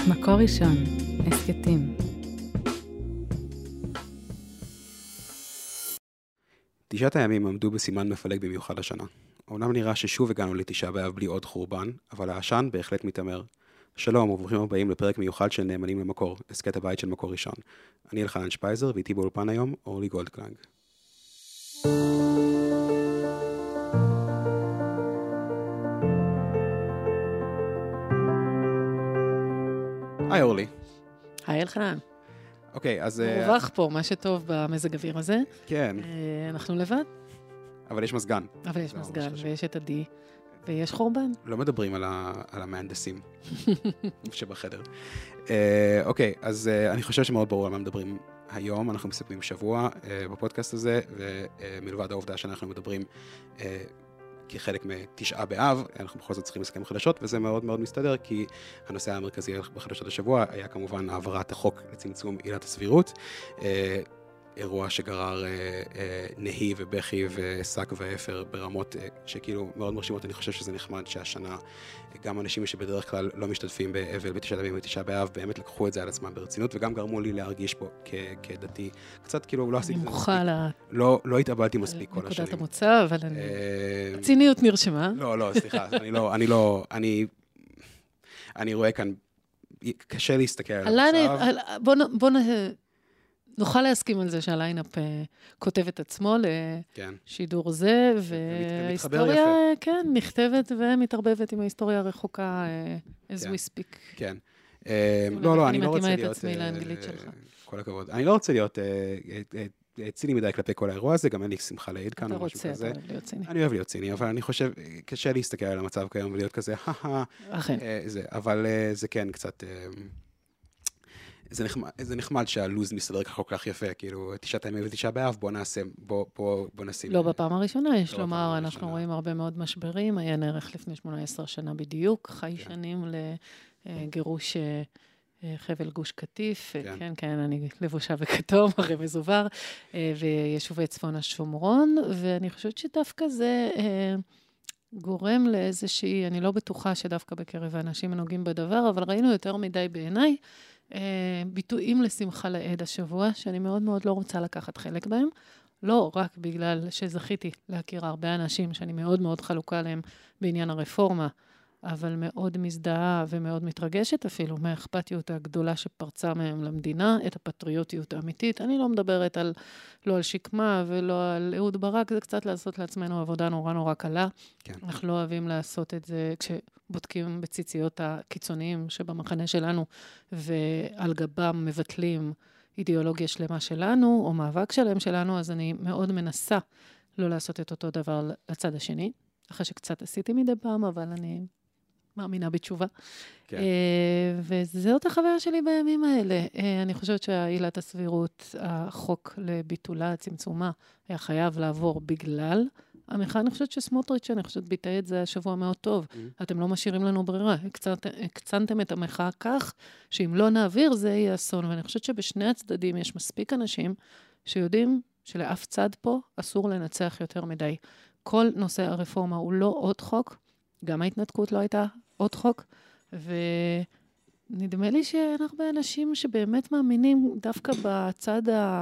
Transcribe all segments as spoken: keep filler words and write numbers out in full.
מקור ראשון, הסקטים. תשעת הימים עמדו בסימן מפלג במיוחד השנה. אומנם נראה ששוב הגענו לתשעה באב בלי עוד חורבן, אבל העשן בהחלט מתאמר. שלום וברוכים הבאים לפרק מיוחד של נאמנים למקור, הסקט הבית של מקור ראשון. אני אלחנן שפייזר ואיתי באולפן היום אורלי גולדקלנג. היי אורלי. היי אלחנן. אוקיי, אז... מרווח פה, מה שטוב במזג אוויר הזה. כן. אנחנו לבד. אבל יש מזגן. אבל יש מזגן, ויש את עדי, ויש חורבן. לא מדברים על, ה... על המהנדסים שבחדר. אוקיי, אז אני חושב שמאוד ברור על מה מדברים היום. אנחנו מספרים שבוע בפודקאסט הזה, ומלבד העובדה שאנחנו מדברים כחלק מתשעה באב, אנחנו בכל זאת צריכים לסכם חדשות, וזה מאוד מאוד מסתדר, כי הנושא המרכזי בחדשות השבוע היה כמובן העברת החוק לצמצום עילת הסבירות, אירוע שגרר אה, אה, נהי ובכי וסק ואפר ברמות אה, שכאילו מאוד מרשימות. אני חושב שזה נחמד שהשנה גם אנשים שבדרך כלל לא משתתפים באבל בתשעת הימים ותשעה באב באמת לקחו את זה על עצמם ברצינות, וגם גרמו לי להרגיש פה כ- כדתי קצת כאילו לא עשיתי את זה מספיק. לה... לא, לא התאבלתי מספיק כל השנים. נקודת המוצא, אבל אני... אה... הציניות נרשמה. לא, לא, סליחה, אני לא, אני לא, אני, אני רואה כאן, קשה להסתכל על המצב. בוא, בוא נ... נוכל להסכים על זה שהליינאפ כותב את עצמו לשידור זה, וההיסטוריה, כן, נכתבת ומתערבבת עם ההיסטוריה הרחוקה, as we speak. כן. לא, לא, אני לא רוצה להיות... אני מתאימה את עצמי לאנגלית שלך. כל הכבוד. אני לא רוצה להיות ציני מדי כלפי כל האירוע הזה, גם אין לי שמחה להעיד כאן או משהו כזה. אתה רוצה, אתה אוהב להיות ציני. אני אוהב להיות ציני, אבל אני חושב, קשה להסתכל על המצב כיום ולהיות כזה, אכן. אבל זה כן קצת... זה נחמד, זה נחמד שהלוז מסתדר כל כך יפה, כאילו, תשעת הימים ותשעה באב, בוא נעשה, בוא, בוא, בוא נשים. לא בפעם הראשונה, יש לומר, אנחנו רואים הרבה מאוד משברים, היה נערך לפני שמונה עשרה שנה בדיוק, חי שנים לגירוש חבל גוש קטיף, כן, כן, אני לבושה בכתום, הרי מזובר, וישובי צפון השומרון, ואני חושבת שדווקא זה גורם לאיזושהי, אני לא בטוחה שדווקא בקרב האנשים הנוגעים בדבר, אבל ראינו יותר מדי בעיניי, ביטויים לשמחה לעד השבוע, שאני מאוד מאוד לא רוצה לקחת חלק בהם, לא רק בגלל שזכיתי להכיר הרבה אנשים שאני מאוד מאוד חלוקה עליהם בעניין הרפורמה, אבל מאוד מזדהה ומאוד מתרגשת אפילו מהאכפתיות הגדולה שפרצה מהם למדינה, את הפטריוטיות האמיתית. אני לא מדברת על, לא על שקמה ולא על אהוד ברק, זה קצת לעשות לעצמנו עבודה נורא נורא קלה. כן. אנחנו לא אוהבים לעשות את זה כשבודקים בציציות הקיצוניים שבמחנה שלנו, ועל גבם מבטלים אידיאולוגיה שלמה שלנו, או מאבק שלם שלנו, אז אני מאוד מנסה לא לעשות את אותו דבר לצד השני, אחרי שקצת עשיתי מדי פעם, אבל אני... מאמינה בתשובה. כן. וזאת החוויה שלי בימים האלה. אני חושבת שהעילת הסבירות, החוק לביטולה, צמצומה, היה חייב לעבור בגלל המחאה. אני חושבת שסמוטריץ', אני חושבת ביטא את זה השבוע מאוד טוב. Mm-hmm. אתם לא משאירים לנו ברירה. הקצנתם את המחאה כך, שאם לא נעביר, זה יהיה אסון. ואני חושבת שבשני הצדדים יש מספיק אנשים שיודעים שלאף צד פה אסור לנצח יותר מדי. כל נושא הרפורמה הוא לא עוד חוק, גם ההתנתקות לא הייתה עוד חוק, ונדמה לי שאין הרבה אנשים שבאמת מאמינים דווקא בצד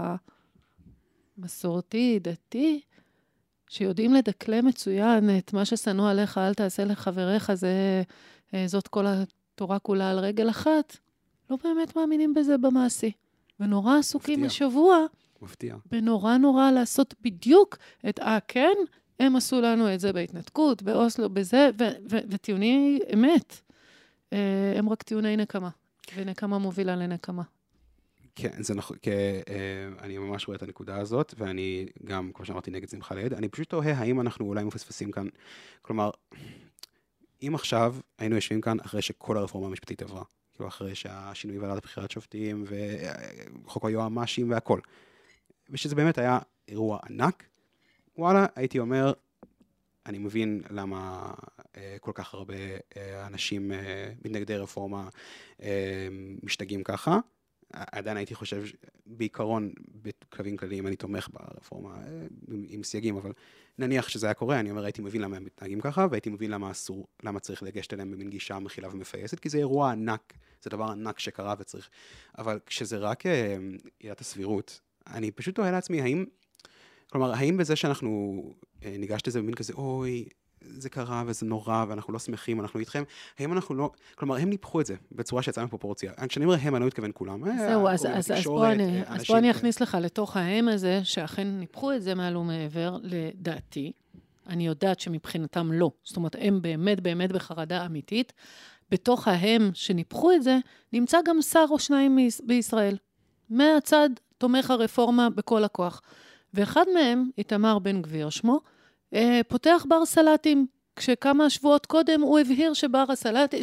המסורתי, דתי, שיודעים לדקלה מצוין את מה ששנוא עליך, אל תעשה לחבריך, זה, זאת כל התורה כולה על רגל אחת, לא באמת מאמינים בזה במעשי. ונורא עסוקים מפתיע. השבוע, מפתיע. בנורא נורא לעשות בדיוק את אה, כן, הם עשו לנו את זה בהתנתקות, באוסלו, בזה, ו- ו- וטיעוני אמת. הם רק טיעוני נקמה, ונקמה מובילה לנקמה. כן, זה נכון, אני ממש רואה את הנקודה הזאת, ואני גם, כמו שאמרתי, נגד שמחה לעד, אני פשוט תוהה האם אנחנו אולי מפספסים כאן, כלומר, אם עכשיו היינו יושבים כאן אחרי שכל הרפורמה המשפטית עברה, כאילו אחרי שהשינוי ועדת הבחירת שופטים, וחוק היועמ"שים והכל, ושזה באמת היה אירוע ענק, וואלה, הייתי אומר, אני מבין למה אה, כל כך הרבה אה, אנשים אה, מתנגדי רפורמה אה, משתגעים ככה. עדיין הייתי חושב, בעיקרון, בכלבים כלליים, אני תומך ברפורמה אה, עם, עם סייגים, אבל נניח שזה היה קורה, אני אומר, הייתי מבין למה הם מתנהגים ככה, והייתי מבין למה אסור, למה צריך לגשת אליהם במין גישה מכילה ומפייסת, כי זה אירוע ענק, זה דבר ענק שקרה וצריך, אבל כשזה רק עילת הסבירות, אני פשוט תוהה לעצמי, האם, כלומר, האם בזה שאנחנו ניגשת לזה במין כזה, אוי, זה קרה וזה נורא, ואנחנו לא שמחים, אנחנו איתכם, האם אנחנו לא, כלומר, הם ניפחו את זה בצורה שיצאה מפרופורציה. כשאני אומר הם, אני לא מתכוון כולם. זהו, אז, אז, אז בוא אני, אז בוא אני אכניס לך לתוך ההם הזה, שאכן ניפחו את זה מעל ומעבר, לדעתי. אני יודעת שמבחינתם לא. זאת אומרת, הם באמת באמת בחרדה אמיתית. בתוך ההם שניפחו את זה, נמצא גם שר או שניים בישראל. מהצד תומך הרפורמה בכל הכוח. ואחד מהם, איתמר בן גביר שמו, פותח בר סלטים, כשכמה שבועות קודם הוא הבהיר שבר הסלט,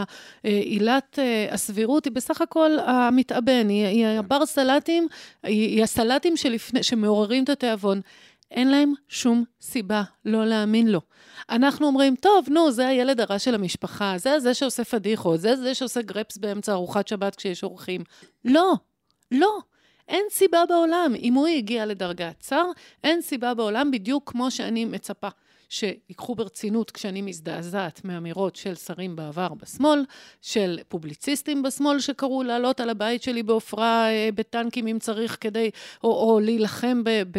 שהעילת הסבירות היא בסך הכל המתאבן, היא הבר סלטים, היא הסלטים שלפני, שמעוררים את התיאבון. אין להם שום סיבה לא להאמין לו. אנחנו אומרים, טוב, נו, זה הילד הרע של המשפחה, זה זה שעושה פדיחות, זה זה שעושה גרפס באמצע ארוחת שבת כשיש אורחים. לא, לא. אין סיבה בעולם, אם הוא הגיע לדרגת שר, אין סיבה בעולם בדיוק כמו שאני מצפה, שיקחו ברצינות כשאני מזדעזעת מאמירות של שרים בעבר בשמאל, של פובליציסטים בשמאל שקראו לעלות על הבית שלי באופרה בטנקים אם צריך כדי, או, או להילחם ב... ב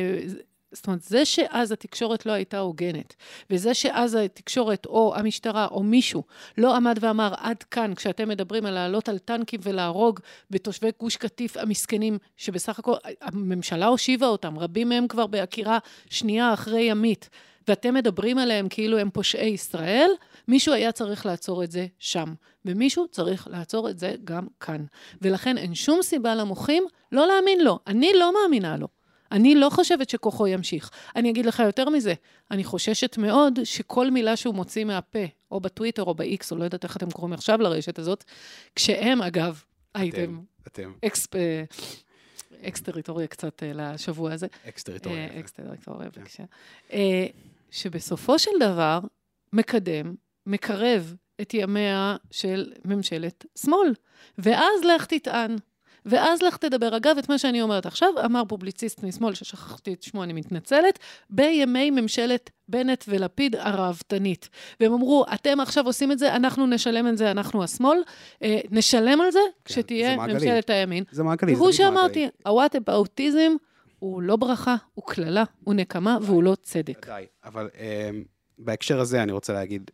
זאת אומרת, זה שאז התקשורת לא הייתה הוגנת, וזה שאז התקשורת או המשטרה או מישהו לא עמד ואמר עד כאן, כשאתם מדברים על לעלות על טנקים ולהרוג בתושבי גוש קטיף המסכנים, שבסך הכל הממשלה הושיבה אותם, רבים מהם כבר בהכירה שנייה אחרי ימית, ואתם מדברים עליהם כאילו הם פושעי ישראל, מישהו היה צריך לעצור את זה שם, ומישהו צריך לעצור את זה גם כאן. ולכן אין שום סיבה למוחים לא להאמין לו. אני לא מאמינה לו. אני לא חושבת שכוחו ימשיך. אני אגיד לך יותר מזה, אני חוששת מאוד שכל מילה שהוא מוציא מהפה, או בטוויטר או ב-X, או לא יודעת איך אתם קוראים עכשיו לרשת הזאת, כשהם אגב, הייתם אקס-טריטוריה קצת לשבוע הזה. אקס-טריטוריה. אקס-טריטוריה, בבקשה. שבסופו של דבר מקדם, מקרב את ימיה של ממשלת שמאל, ואז לך תטען. ואז לך תדבר. אגב, את מה שאני אומרת עכשיו, אמר פובליציסט משמאל, ששכחתי את שמו, אני מתנצלת, בימי ממשלת בנט ולפיד הרעבתנית. והם אמרו, אתם עכשיו עושים את זה, אנחנו נשלם את זה, אנחנו השמאל, אה, נשלם על זה, כן, כשתהיה ממשלת הימין. זה מעגלי. והוא שאמרתי, הוואטאבאוטיזם הוא לא ברכה, הוא כללה, הוא נקמה, והוא לא צדק. די, אבל אה, בהקשר הזה אני רוצה להגיד,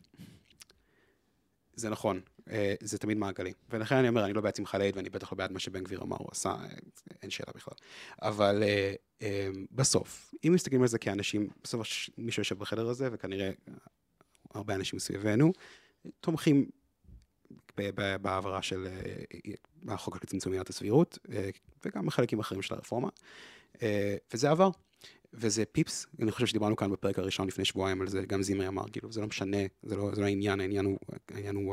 זה נכון. זה תמיד מעגלי. ולכן אני אומר, אני לא בעד שמחה לאיד, ואני בטח לא בעד מה שבן גביר אמר, הוא עשה, אין שאלה בכלל. אבל בסוף, אם מסתכלים על זה כאנשים, בסוף מישהו יושב בחדר הזה, וכנראה הרבה אנשים מסביבנו, תומכים בעברה של החוק לצמצום עילת הסבירות, וגם בחלקים אחרים של הרפורמה. וזה עבר. וזה פיפס, אני חושב שדיברנו כאן בפרק הראשון לפני שבועיים על זה, גם זימרי אמר, כאילו, זה לא משנה, זה לא, זה לא העניין, העניין הוא, העניין הוא,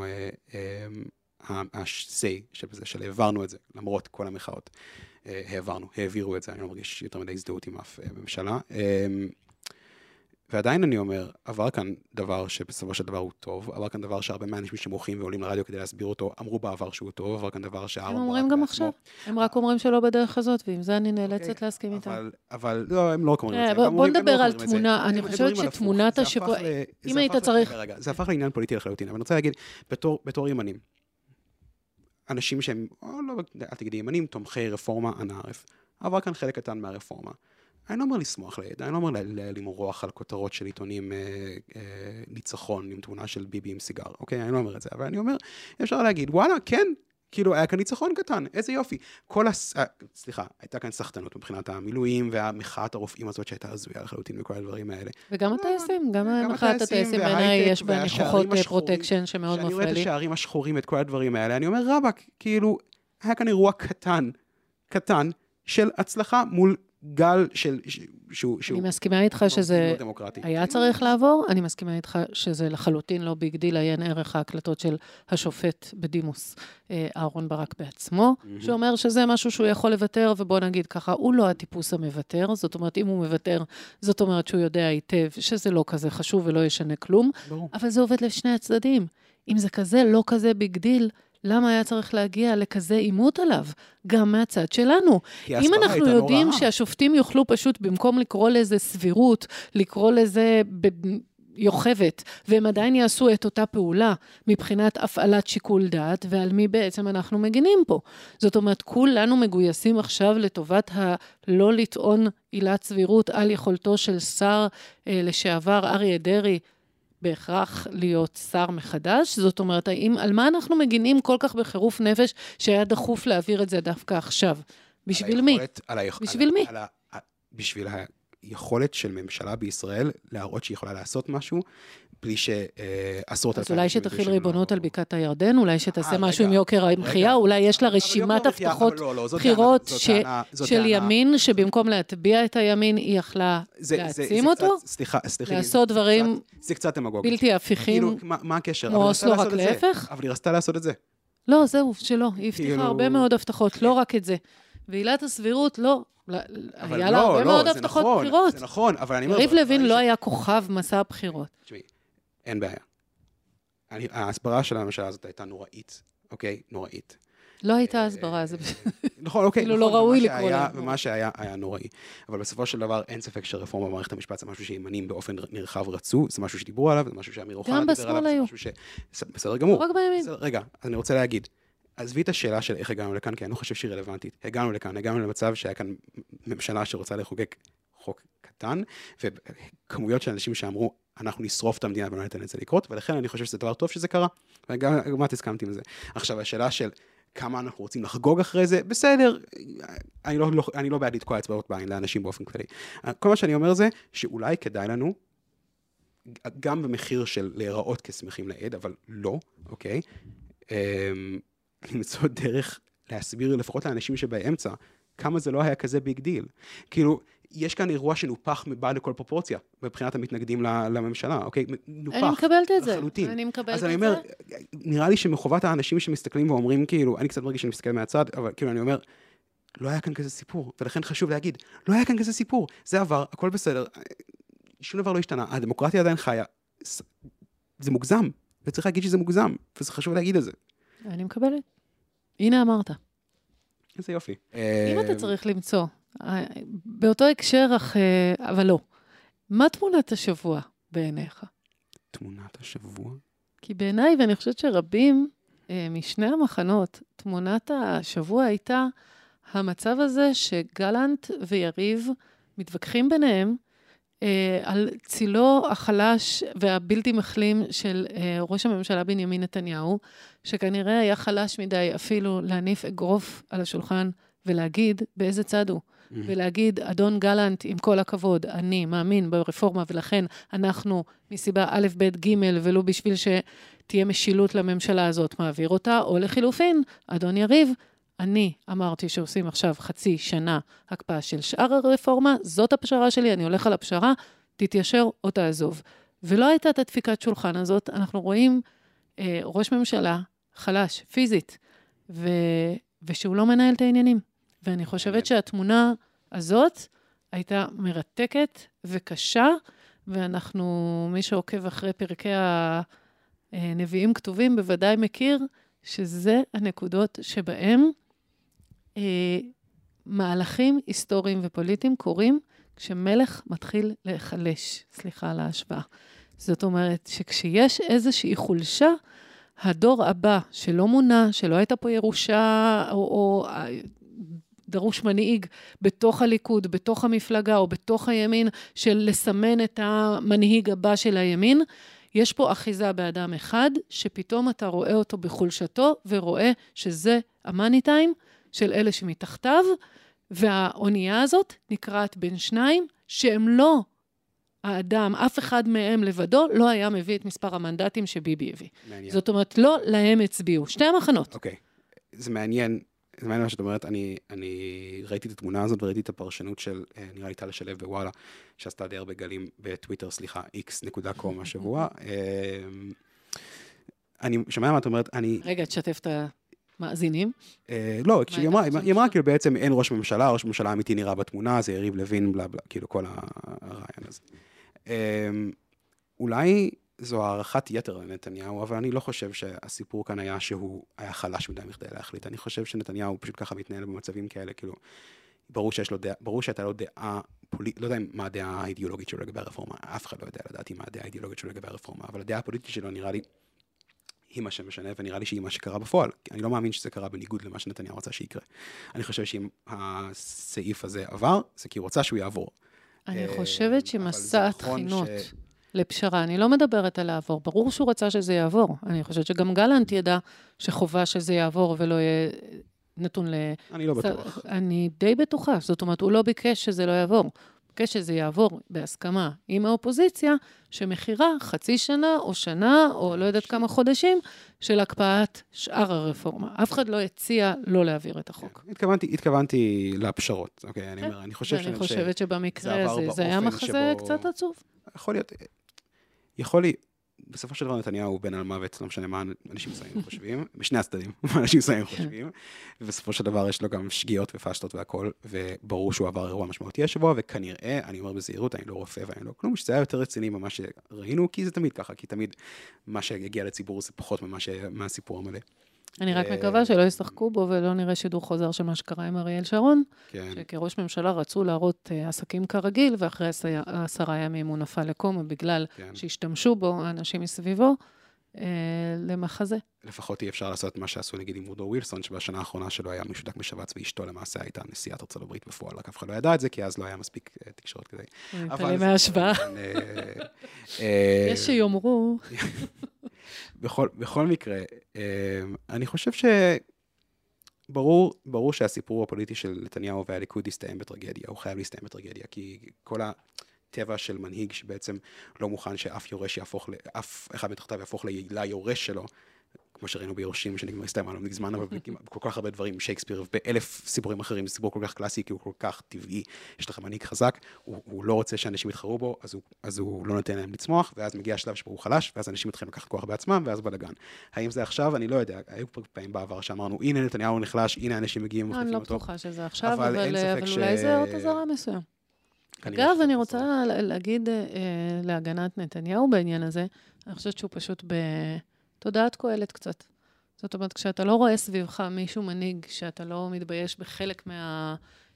ה-say שבזה, של העברנו את זה, למרות כל המחאות, העברנו, העבירו את זה, אני לא מרגיש יותר מדי הזדהות עם אף ממשלה, ועדיין אני אומר, עבר כאן דבר שבסופו של דבר הוא טוב, עבר כאן דבר שהרבה מהאנשים שמוחים ועולים לרדיו כדי להסביר אותו, אמרו בעבר שהוא טוב, עבר כאן דבר שהארון הם אומרים גם עכשיו, הם רק אומרים שלא בדרך הזאת, ועם זה אני נאלצת להסכים איתם. אבל לא, הם לא רק אומרים את זה. בוא נדבר על תמונה, אני חושבת שתמונת השבוע, אם היית צריך... זה הפך לעניין פוליטי לחלוטין, אבל אני רוצה להגיד, בתור ימנים, אנשים שהם, לא, אל תגידי ימנים, תומכי רפורמה, אנערף, עבר כאן חלק קטן מהרפורמה. אני לא אומר לשמוח ליד, אני לא אומר למרוח על כותרות של עיתונים ניצחון עם תמונה של ביבי עם סיגר, אוקיי? אני לא אומר את זה, אבל אני אומר, אפשר להגיד, וואלה, כן, כאילו היה כאן ניצחון קטן, איזה יופי. כל הס... סליחה, הייתה כאן סחטנות מבחינת המילואים והמחאת הרופאים הזאת שהייתה הזויה לחלוטין וכל הדברים האלה. וגם הטייסים, גם המחאת הטייסים בעיניי יש בה ניחוחות פרוטקשן שמאוד מפריע לי. שאני רואה את השערים השחורים, את כל הדברים האלה, אני אומר, רבק, כאילו, היה כאן אירוע קטן, קטן, של הצלחה מול גל של... אני מסכימה איתך שזה היה צריך לעבור, אני מסכימה איתך שזה לחלוטין לא ביג דיל, עיין ערך ההקלטות של השופט בדימוס, אהרון ברק בעצמו, שאומר שזה משהו שהוא יכול לוותר, ובוא נגיד ככה, הוא לא הטיפוס המוותר, זאת אומרת, אם הוא מוותר, זאת אומרת שהוא יודע היטב שזה לא כזה חשוב ולא ישנה כלום, אבל זה עובד לשני הצדדים. אם זה כזה, לא כזה ביג דיל, למה היה צריך להגיע לכזה עימות עליו? גם מהצד שלנו. אם אנחנו יודעים שהשופטים יוכלו פשוט, במקום לקרוא לזה סבירות, לקרוא לזה יוכבת, והם עדיין יעשו את אותה פעולה מבחינת הפעלת שיקול דעת, ועל מי בעצם אנחנו מגינים פה. זאת אומרת, כולנו מגויסים עכשיו לטובת הלא לטעון עילת סבירות על יכולתו של שר אה, לשעבר אריה דרעי, בהכרח להיות שר מחדש. זאת אומרת, האם, על מה אנחנו מגינים כל כך בחירוף נפש שהיה דחוף להעביר את זה דווקא עכשיו? בשביל מי? על היכולת, בשביל על, מי? על, על, בשביל היכולת של ממשלה בישראל להראות שהיא יכולה לעשות משהו, בלי שעשרות... אז אולי שתחיל ריבונות על בקעת הירדן, אולי שתעשה משהו עם יוקר המחיה, אולי יש לה רשימת הבטחות בחירות של ימין, שבמקום להטביע את הימין, היא יכלה להעצים אותו, לעשות דברים בלתי הפיכים, מה הקשר? או אוסלו רק להפך? אבל היא רצתה לעשות את זה. לא, זהו, שלא. היא הבטיחה הרבה מאוד הבטחות, לא רק את זה. ועילת הסבירות, לא. היה לה הרבה מאוד הבטחות בחירות. זה נכון, אבל אני אומר... יריב לוין לא היה כוכב מסע הבחירות. תשמעי, אין בעיה. ההסברה של הממשלה הזאת הייתה נוראית, אוקיי? נוראית. לא הייתה הסברה, זה... נכון, אוקיי. כאילו לא ראוי לקרוא לה. ומה שהיה, היה נוראי. אבל בסופו של דבר, אין ספק שרפורמה במערכת המשפט זה משהו שימנים באופן נרחב רצו, זה משהו שדיברו עליו, זה משהו שאמיר אוחנה דיבר עליו, זה משהו ש... בסדר גמור. רק בימין. רגע, אז אני רוצה להגיד, עזבי את השאלה של איך הגענו לכאן, כי אני לא חושב שהיא רלוונטית. הגענו לכאן, הגענו למצב שהיה כאן ממשלה שרוצה לחוקק חוק קטן, וכמויות של אנשים שאמרו, אנחנו נשרוף את המדינה ולא ניתן את זה לקרות, ולכן אני חושב שזה דבר טוב שזה קרה, וגם את הסכמתי עם זה. עכשיו, השאלה של כמה אנחנו רוצים לחגוג אחרי זה, בסדר, אני לא, לא, אני לא בעד לתקוע אצבעות בעין לאנשים באופן כללי. כל מה שאני אומר זה, שאולי כדאי לנו, גם במחיר של להיראות כשמחים לעד, אבל לא, אוקיי? למצוא דרך להסביר לפחות לאנשים שבאמצע, כמה זה לא היה כזה ביג דיל. כאילו, יש כאן אירוע שנופח מבעד לכל פרופורציה, מבחינת המתנגדים לממשלה, אוקיי? נופח. אני מקבלת את זה. לחלוטין. אני מקבלת את זה. אז אני אומר, נראה לי שמחובת האנשים שמסתכלים ואומרים, כאילו, אני קצת מרגיש שאני מסתכל מהצד, אבל כאילו אני אומר, לא היה כאן כזה סיפור, ולכן חשוב להגיד, לא היה כאן כזה סיפור, זה עבר, הכל בסדר, שום דבר לא השתנה, הדמוקרטיה עדיין חיה, זה מוגזם, וצריך להגיד שזה מוגזם, וזה חשוב להגיד את זה. אני מקבלת. הנה אמרת. איזה יופי. אם אתה צריך למצוא, באותו הקשר, אבל לא. מה תמונת השבוע בעיניך? תמונת השבוע? כי בעיניי, ואני חושבת שרבים משני המחנות, תמונת השבוע הייתה המצב הזה שגלנט ויריב מתווכחים ביניהם על צילו החלש והבלתי מחלים של ראש הממשלה בנימין נתניהו, שכנראה היה חלש מדי אפילו להניף אגרוף על השולחן ולהגיד באיזה צד הוא. Mm-hmm. ולהגיד, אדון גלנט, עם כל הכבוד, אני מאמין ברפורמה, ולכן אנחנו מסיבה א', ב', ג', ולא בשביל שתהיה משילות לממשלה הזאת, מעביר אותה, או לחילופין, אדון יריב, אני אמרתי שעושים עכשיו חצי שנה הקפאה של שאר הרפורמה, זאת הפשרה שלי, אני הולך על הפשרה, תתיישר או תעזוב. ולא הייתה את הדפיקת שולחן הזאת, אנחנו רואים אה, ראש ממשלה חלש, פיזית, ו... ושהוא לא מנהל את העניינים. ואני חושבת שהתמונה הזאת הייתה מרתקת וקשה, ואנחנו, מי שעוקב אחרי פרקי הנביאים כתובים, בוודאי מכיר שזה הנקודות שבהם אה, מהלכים היסטוריים ופוליטיים קורים, כשמלך מתחיל להיחלש, סליחה על ההשוואה. זאת אומרת שכשיש איזושהי חולשה, הדור הבא שלא מונה, שלא הייתה פה ירושה, או, או דרוש מנהיג בתוך הליכוד, בתוך המפלגה, או בתוך הימין, של לסמן את המנהיג הבא של הימין, יש פה אחיזה באדם אחד, שפתאום אתה רואה אותו בחולשתו, ורואה שזה המאני טיים של אלה שמתחתיו, והאונייה הזאת נקראת בין שניים, שהם לא האדם, אף אחד מהם לבדו, לא היה מביא את מספר המנדטים שביבי הביא. מעניין. זאת אומרת, לא להם הצביעו. שתי המחנות. אוקיי. זה מעניין, זה מעניין מה שאת אומרת, אני, אני ראיתי את התמונה הזאת, וראיתי את הפרשנות של, נראה לי טל לשלב בוואלה, שעשתה די הרבה גלים בטוויטר, סליחה, איקס נקודה קום השבוע. אני שומע מה את אומרת, אני... רגע, תשתף את המאזינים. לא, כשהיא אמרה, היא אמרה כאילו בעצם אין ראש ממשלה, ראש ממשלה אמיתי נראה בתמונה, זה יריב לוין, בלה בלה, כאילו כל הרעיון הזה. אולי זו הערכת יתר לנתניהו, אבל אני לא חושב שהסיפור כאן היה שהוא היה חלש מדי מכדי להחליט. אני חושב שנתניהו פשוט ככה מתנהל במצבים כאלה, כאילו, ברור שיש לו דעה, ברור שאתה לא דעה פוליטית, לא יודע מה הדעה האידיאולוגית שלו לגבי הרפורמה, אף אחד לא יודע לדעתי מה הדעה האידיאולוגית שלו לגבי הרפורמה, אבל הדעה הפוליטית שלו נראה לי היא מה שמשנה, ונראה לי שהיא מה שקרה בפועל. אני לא מאמין שזה קרה בניגוד למה שנתניהו רוצה שיקרה. אני חושב שאם הסעיף הזה עבר, זה כי הוא רוצה שהוא יעבור. אני חושבת שמסע התחינות לפשרה, אני לא מדברת על לעבור, ברור שהוא רצה שזה יעבור. אני חושבת שגם גלנט ידע שחובה שזה יעבור ולא יהיה נתון ל... אני לא בטוח. אני די בטוחה, זאת אומרת, הוא לא ביקש שזה לא יעבור. ביקש שזה יעבור בהסכמה עם האופוזיציה, שמחירה חצי שנה או שנה, או לא יודעת כמה חודשים, של הקפאת שאר הרפורמה. אף אחד לא הציע לא להעביר את החוק. התכוונתי, התכוונתי לפשרות, אוקיי? אני אומר, אני חושב ואני חושבת שבמקרה הזה, זה היה מחזה קצת עצוב. יכול להיות, יכול להיות, בסופו של דבר נתניהו הוא בן על מוות, לא משנה מה אנשים מסוימים חושבים, בשני הצדדים, מה אנשים מסוימים חושבים, ובסופו של דבר יש לו גם שגיאות ופשטות והכל, וברור שהוא עבר אירוע משמעותי השבוע, וכנראה, אני אומר בזהירות, אני לא רופא ואני לא כלום, שזה היה יותר רציני ממה שראינו, כי זה תמיד ככה, כי תמיד מה שהגיע לציבור זה פחות מהסיפור המלא. אני רק מקווה שלא ישחקו בו ולא נראה שידור חוזר של מה שקרה עם אריאל שרון, שכראש ממשלה רצו להראות עסקים כרגיל, ואחרי עשרה ימים הוא נפל לקומה, בגלל שהשתמשו בו האנשים מסביבו, למחזה. לפחות אי אפשר לעשות מה שעשו נגיד עם וודרו ווילסון, שבשנה האחרונה שלו היה משותק בשבץ, ואשתו למעשה הייתה נשיאת ארצות הברית בפועל, רק אף אחד לא ידע את זה, כי אז לא היה מספיק תקשורת כדי. אבל מההשוואה. יש שיאמרו... בכל, בכל מקרה, אני חושב שברור, ברור שהסיפור הפוליטי של נתניהו והליכוד יסתיים בטרגדיה, הוא חייב להסתיים בטרגדיה, כי כל הטבע של מנהיג שבעצם לא מוכן שאף יורש יהפוך, אף אחד מתחתיו יהפוך ליורש שלו, כמו שראינו ביורשים, שנגמר הסתיים עליו מזמן, אבל בכל כך הרבה דברים, שייקספיר ובאלף סיפורים אחרים, זה סיפור כל כך קלאסי, כי הוא כל כך טבעי, יש לך מנהיג חזק, הוא, הוא לא רוצה שאנשים יתחרו בו, אז הוא, אז הוא לא נותן להם לצמוח, ואז מגיע השלב שבו הוא חלש, ואז אנשים מתחילים לקחת כוח בעצמם, ואז בלגן. האם זה עכשיו? אני לא יודע. היו פעמים בעבר שאמרנו, הנה נתניהו נחלש, הנה אנשים מגיעים ומחליפים אותו. אני לא בטוחה שזה עכשיו, אבל, אבל, אבל ש... אולי זה עוד עזרה מסוים. אגב, אני רוצה להגיד להגנת נתניהו בעניין הזה, אני חושבת שהוא פשוט בתודעת קהלת קצת. זאת אומרת, כשאתה לא רואה סביבך מישהו מנהיג, שאתה לא מתבייש בחלק מה...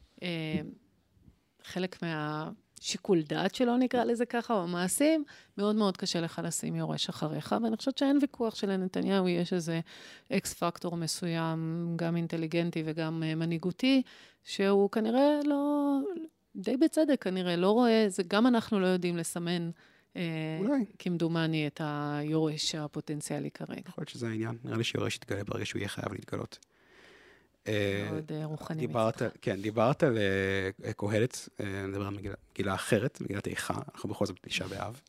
חלק מהשיקול דעת שלו, נקרא לזה ככה, או מעשים, מאוד מאוד קשה לך לשים יורש אחריך, ואני חושבת שאין ויכוח שלנתניהו יש איזה אקס פקטור מסוים, גם אינטליגנטי וגם מנהיגותי, שהוא כנראה לא... די בצדק, כנראה לא רואה, זה גם אנחנו לא יודעים לסמן אולי. כמדומני את היורש הפוטנציאלי כרגע. יכול להיות שזה העניין. נראה לי שיורש יתגלה ברגע שהוא יהיה חייב להתגלות. מאוד רוחני מצליח. כן, דיברת על קהלת, נדבר על מגילה אחרת, מגילת איכה, אנחנו בכל זאת תשעה באב.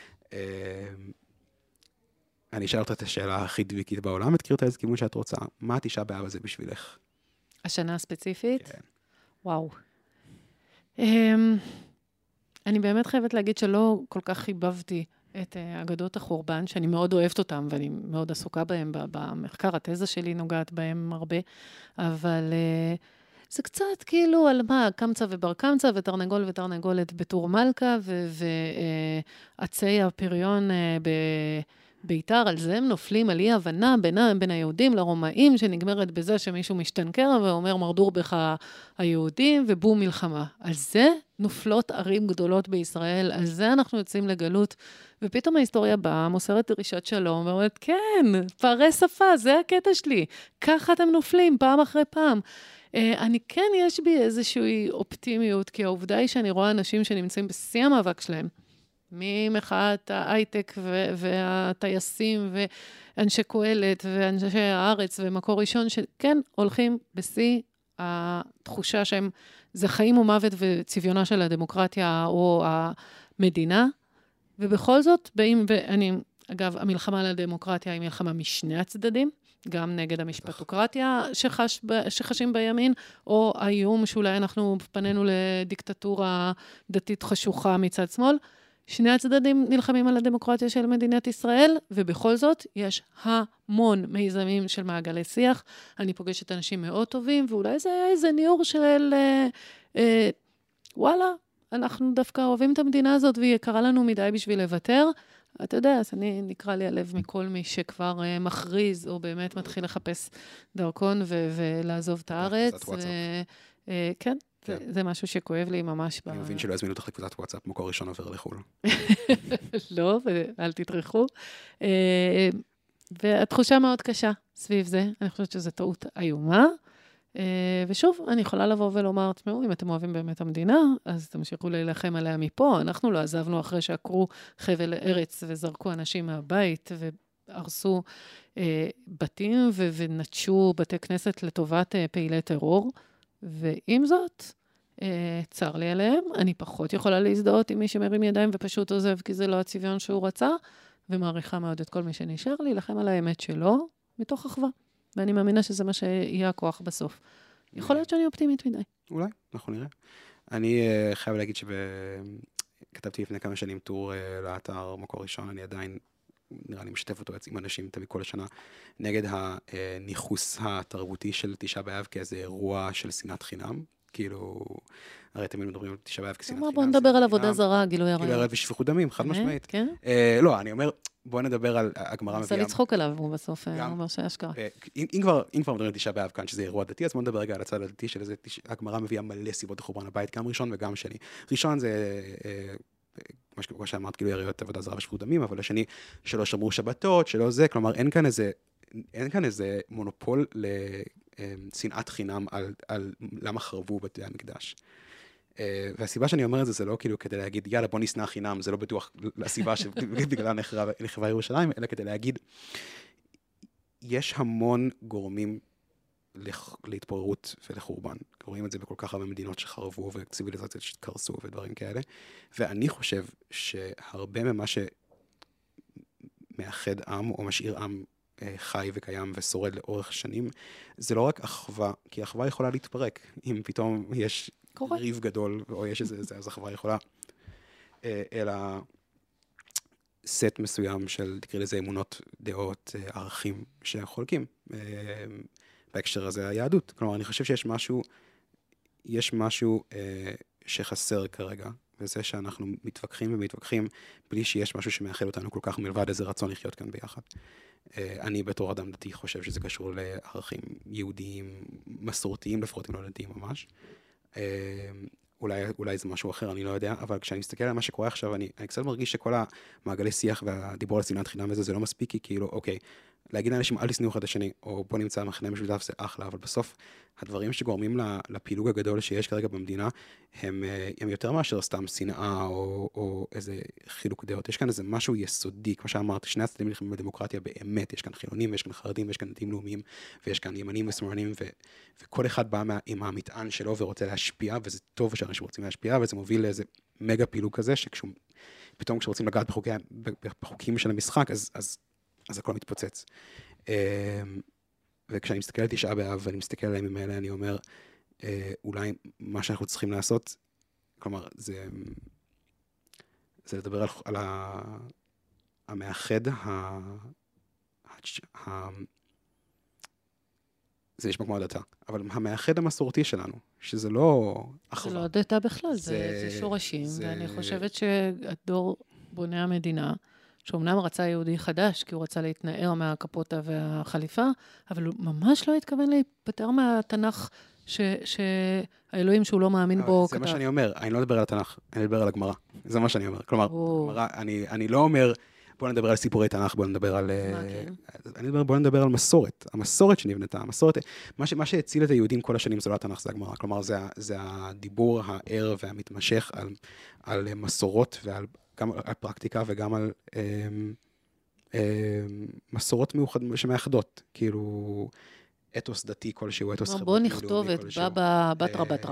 אני אשאל אותה את השאלה הכי דביקית בעולם, ותכיר אותה איזה כיוון שאת רוצה. מה התשעה באב הזה בשבילך? השנה הספציפית? כן. וואו. אני באמת חייבת להגיד שלא כל כך חיבבתי את אגדות החורבן, שאני מאוד אוהבת אותם, ואני מאוד עסוקה בהם במחקר, התזה שלי נוגעת בהם הרבה, אבל זה קצת כאילו על מה, קמצא ובר קמצא, ותרנגול ותרנגולת בתור מלכה, ועצי הפריון ב... ביתר, על זה הם נופלים על אי הבנה בין, בין היהודים לרומאים, שנגמרת בזה שמישהו משתנקר ואומר מרדור בך היהודים, ובום מלחמה. על זה נופלות ערים גדולות בישראל, על זה אנחנו יוצאים לגלות, ופתאום ההיסטוריה באה, מוסרת דרישת שלום, ואומרת, כן, פערי שפה, זה הקטע שלי. ככה אתם נופלים, פעם אחרי פעם. אני כן, יש בי איזושהי אופטימיות, כי העובדה היא שאני רואה אנשים שנמצאים בשיא המאבק שלהם, ממחאת ההייטק והטייסים ואנשי קהלת ואנשי הארץ ומקור ראשון שכן הולכים בשיא התחושה שהם זה חיים ומוות וצביונה של הדמוקרטיה או המדינה, ובכל זאת באים, ואני, אגב, המלחמה על הדמוקרטיה היא מלחמה משני הצדדים, גם נגד המשפטוקרטיה שחש, שחשים בימין, או האיום שאולי אנחנו פנינו לדיקטטורה דתית חשוכה מצד שמאל, שני הצדדים נלחמים על הדמוקרטיה של מדינת ישראל, ובכל זאת יש המון מיזמים של מעגלי שיח. אני פוגשת אנשים מאוד טובים, ואולי זה היה איזה ניעור של, אה, אה, וואלה, אנחנו דווקא אוהבים את המדינה הזאת, והיא יקרה לנו מדי בשביל לוותר. אתה יודע, אז אני נקרא לי הלב מכל מי שכבר אה, מכריז, או באמת מתחיל לחפש דרכון ו- ולעזוב את הארץ. ו- אה, כן, זה, זה משהו שכואב לי ממש. אני מבין שלא הזמינו אותך לקבוצת וואטסאפ, מקור ראשון עובר לחול. לא, ואל תטרחו. והתחושה מאוד קשה סביב זה. אני חושבת שזו טעות איומה. ושוב, אני יכולה לבוא ולומר, תשמעו, אם אתם אוהבים באמת המדינה, אז תמשיכו להילחם עליה מפה. אנחנו לא עזבנו אחרי שעקרו חבל ארץ וזרקו אנשים מהבית והרסו בתים ונטשו בתי כנסת לטובת פעילי טרור. ועם זאת, צר לי עליהם, אני פחות יכולה להזדהות עם מי שמרים ידיים ופשוט עוזב, כי זה לא הצביון שהוא רצה, ומעריכה מאוד את כל מי שנשאר לי, לכם על האמת שלו, מתוך אחווה. ואני מאמינה שזה מה שיהיה הכוח בסוף. יכול להיות שאני אופטימית מדי. אולי, אנחנו נראה. אני חייב להגיד שכתבתי לפני כמה שנים טור לאתר מקור ראשון, אני עדיין, נראה לי, משתף אותו עם אנשים תמיד כל השנה, נגד הניחוס התרבותי של תשעה באב כאיזה אירוע של שנאת חינם. כאילו, הרי תמיד מדברים על תשעה באב כשנאת חינם. בוא נדבר על עבודה זרה, גילוי עריות. גילוי עריות ושפיכות דמים, חד משמעית. כן? לא, אני אומר, בוא נדבר על הגמרא מביאה. עשה לצחוק עליו, הוא בסוף אומר שהשקעה. אם כבר מדברים על תשעה באב כאן, שזה אירוע דתי, אז בוא נדבר רגע על הצד הדתי של זה, הגמרא מביאה מלא סיבות לחורבן הבית, גם ראשון וגם שני. ראשון זה כמו שאמרת, גילוי עריות, עבודה זרה ושפיכות דמים, אבל השני, שלא שמרו שבתות, שלא זה, כלומר, אין כאן איזה, אין כאן איזה מונופול לשנאת חינם על, על למה חרבו בתי המקדש. והסיבה שאני אומר את זה, זה לא כאילו כדי להגיד, יאללה, בוא נשנא חינם, זה לא בטוח הסיבה שבגלל נחרבה ירושלים, אלא כדי להגיד, יש המון גורמים להתפוררות ולחורבן. רואים את זה בכל כך הרבה מדינות שחרבו וציביליזציות שקרסו ודברים כאלה. ואני חושב שהרבה ממה שמאחד עם או משאיר עם חי וקיים ושורד לאורך שנים, זה לא רק אחווה, כי אחווה יכולה להתפרק. אם פתאום יש ריב גדול או יש איזה, אז אחווה יכולה, אלא סט מסוים של, תקרא לזה אמונות, דעות, ערכים שחולקים. בהקשר הזה היהדות. כלומר, אני חושב שיש משהו, יש משהו אה, שחסר כרגע, וזה שאנחנו מתווכחים ומתווכחים, בלי שיש משהו שמאחד אותנו כל כך מלבד איזה רצון לחיות כאן ביחד. אה, אני בתור אדם דתי חושב שזה קשור לערכים יהודיים, מסורתיים, לפחות אם לא דתיים ממש. אה, אולי, אולי זה משהו אחר, אני לא יודע, אבל כשאני מסתכל על מה שקורה עכשיו, אני, אני קצת מרגיש שכל המעגלי שיח והדיבור על שנאת חינם וזה, זה לא מספיק, כי כאילו, אוקיי, להגיד לאנשים, אל תשנאו אחד השני, או בוא נמצא מכנה משותף, זה אחלה, אבל בסוף, הדברים שגורמים לפילוג הגדול שיש כרגע במדינה, הם, הם יותר מאשר סתם שנאה, או, או איזה חילוק דעות. יש כאן איזה משהו יסודי, כמו שאמרת, שני הצדדים נלחמים בדמוקרטיה באמת, יש כאן חילונים, ויש כאן חרדים, ויש כאן דתיים לאומיים, ויש כאן ימנים ושמאלנים, ו, וכל אחד בא מה, עם המטען שלו ורוצה להשפיע, וזה טוב שאנשים רוצים להשפיע, וזה מוביל לאיזה מגה פילוג כזה, שכשהוא, פתאום כשרוצים לגעת בחוקי, בחוקים של המשחק, אז, אז אז הכל מתפוצץ. וכשאני מסתכל על תשעה באב, ואני מסתכל על הימים האלה, אני אומר, אולי מה שאנחנו צריכים לעשות, כלומר, זה, זה לדבר על, על המאחד, ה, ה, זה נשמע כמו הדתה, אבל המאחד המסורתי שלנו, שזה לא אחווה. זה לא הדתה בכלל, זה, זה, זה שורשים, זה... ואני חושבת שהדור בוני המדינה, שאומנם רצה יהודי חדש, כי הוא רצה להתנער מהקפוטה והחליפה, אבל הוא ממש לא התכוון להיפטר מהתנ"ך ש, שהאלוהים שהוא לא מאמין בו כתב. זה מה שאני אומר, אני לא מדבר על התנ"ך, אני מדבר על הגמרא. זה מה שאני אומר. כלומר, הגמרא, אני, אני לא אומר, בוא נדבר על סיפורי תנ"ך, בוא נדבר על... אני מדבר, בוא נדבר על מסורת. המסורת שנבנתה, המסורת... מה, ש, מה שהציל את היהודים כל השנים זה לא התנ"ך, זה הגמרא. כלומר, זה, זה הדיבור הער והמתמשך על, על מסורות ועל גם על פרקטיקה וגם על אה, אה, מסורות מיוחד שמאחדות, כאילו אתוס דתי כלשהו, אתוס חברתי. בוא נכתוב את בבא בתרא בתרא.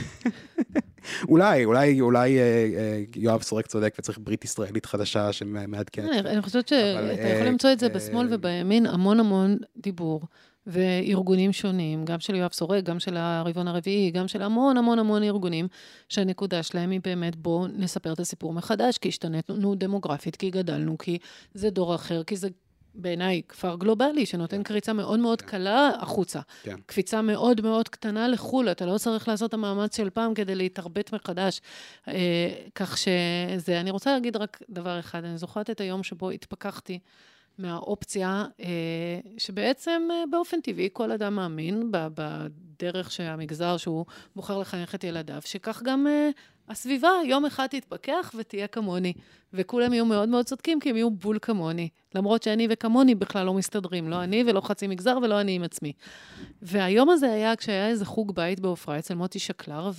אולי, אולי, אולי יואב סורק צודק וצריך ברית ישראלית חדשה שמעדכנת. אני חושבת שאתה יכול למצוא את זה בשמאל ובימין, המון המון דיבור. וארגונים שונים, גם של יואב סורק, גם של הרבעון הרביעי, גם של המון המון המון ארגונים, שהנקודה שלהם היא באמת, בואו נספר את הסיפור מחדש, כי השתנתנו דמוגרפית, כי גדלנו, כי זה דור אחר, כי זה בעיניי כפר גלובלי, שנותן קריצה מאוד מאוד קלה החוצה. קפיצה מאוד מאוד קטנה לחול, אתה לא צריך לעשות המאמץ של פעם כדי להתרבט מחדש. כך שזה, אני רוצה להגיד רק דבר אחד, אני זוכרת את היום שבו התפכחתי, מהאופציה שבעצם באופן טבעי כל אדם מאמין הדרך שהמגזר שהוא בוחר לחנך את ילדיו, שכך גם uh, הסביבה יום אחד תתפכח ותהיה כמוני, וכולם יהיו מאוד מאוד צודקים, כי הם יהיו בול כמוני, למרות שאני וכמוני בכלל לא מסתדרים, לא אני ולא חצי מגזר ולא אני עם עצמי. והיום הזה היה כשהיה איזה חוג בית בעופרה אצל מוטי שקלר,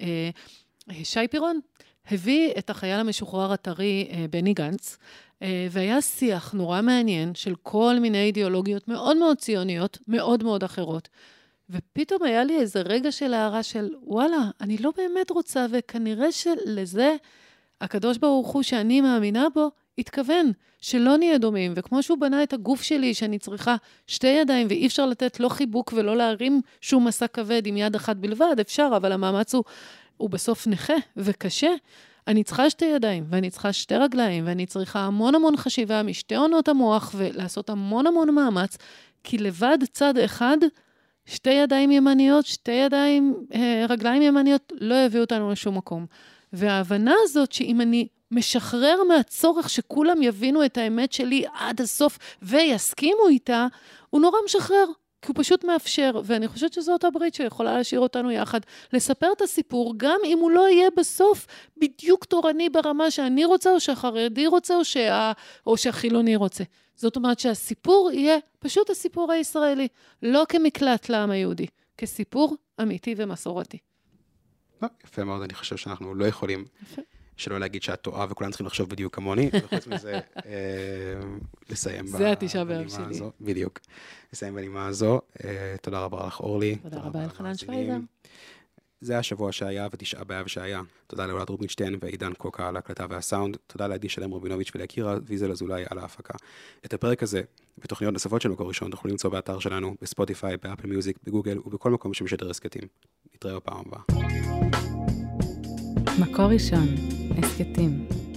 ושי uh, פירון הביא את החייל המשוחרר הטרי uh, בני גנץ, והיה שיח נורא מעניין של כל מיני אידיאולוגיות מאוד מאוד ציוניות, מאוד מאוד אחרות. ופתאום היה לי איזה רגע של הערה של, וואלה, אני לא באמת רוצה, וכנראה שלזה הקדוש ברוך הוא שאני מאמינה בו, התכוון שלא נהיה דומים. וכמו שהוא בנה את הגוף שלי, שאני צריכה שתי ידיים, ואי אפשר לתת לא חיבוק ולא להרים שום מסע כבד עם יד אחת בלבד, אפשר, אבל המאמץ הוא, הוא בסוף נכה וקשה. אני צריכה שתי ידיים, ואני צריכה שתי רגליים, ואני צריכה המון המון חשיבה משתי עונות המוח, ולעשות המון המון מאמץ, כי לבד צד אחד, שתי ידיים ימניות, שתי ידיים, אה, רגליים ימניות, לא יביאו אותנו לשום מקום. וההבנה הזאת, שאם אני משחרר מהצורך שכולם יבינו את האמת שלי עד הסוף, ויסכימו איתה, הוא נורא משחרר. כי הוא פשוט מאפשר, ואני חושבת שזאת הברית שיכולה להשאיר אותנו יחד, לספר את הסיפור, גם אם הוא לא יהיה בסוף בדיוק תורני ברמה שאני רוצה, או שהחרדי רוצה, או, שה... או שהחילוני רוצה. זאת אומרת שהסיפור יהיה פשוט הסיפור הישראלי, לא כמקלט לעם היהודי, כסיפור אמיתי ומסורתי. יפה מאוד, אני חושב שאנחנו לא יכולים... יפה. שלא להגיד שאת טועה, וכולם צריכים לחשוב בדיוק כמוני, וחוץ מזה, לסיים זה התשעה באב שלי. בדיוק. לסיים בנימה הזו. תודה רבה לך, אורלי. תודה רבה לחנן שפייזר. זה השבוע שהיה, ותשעה באב שהיה. תודה לאולד רובינשטיין ועידן קוקה על ההקלטה והסאונד. תודה לעדי שלם רבינוביץ' ולהכירה ויזל אזולאי על ההפקה. את הפרק הזה, ותוכניות נוספות של מקור ראשון, תוכלו למצוא באתר שלנו, בספוטיפיי, באפל מיוזיק, בגוגל, ובכל מקום שמשדר הסקטים. נתראה בפעם הבאה. מקור ראשון, הסקטים.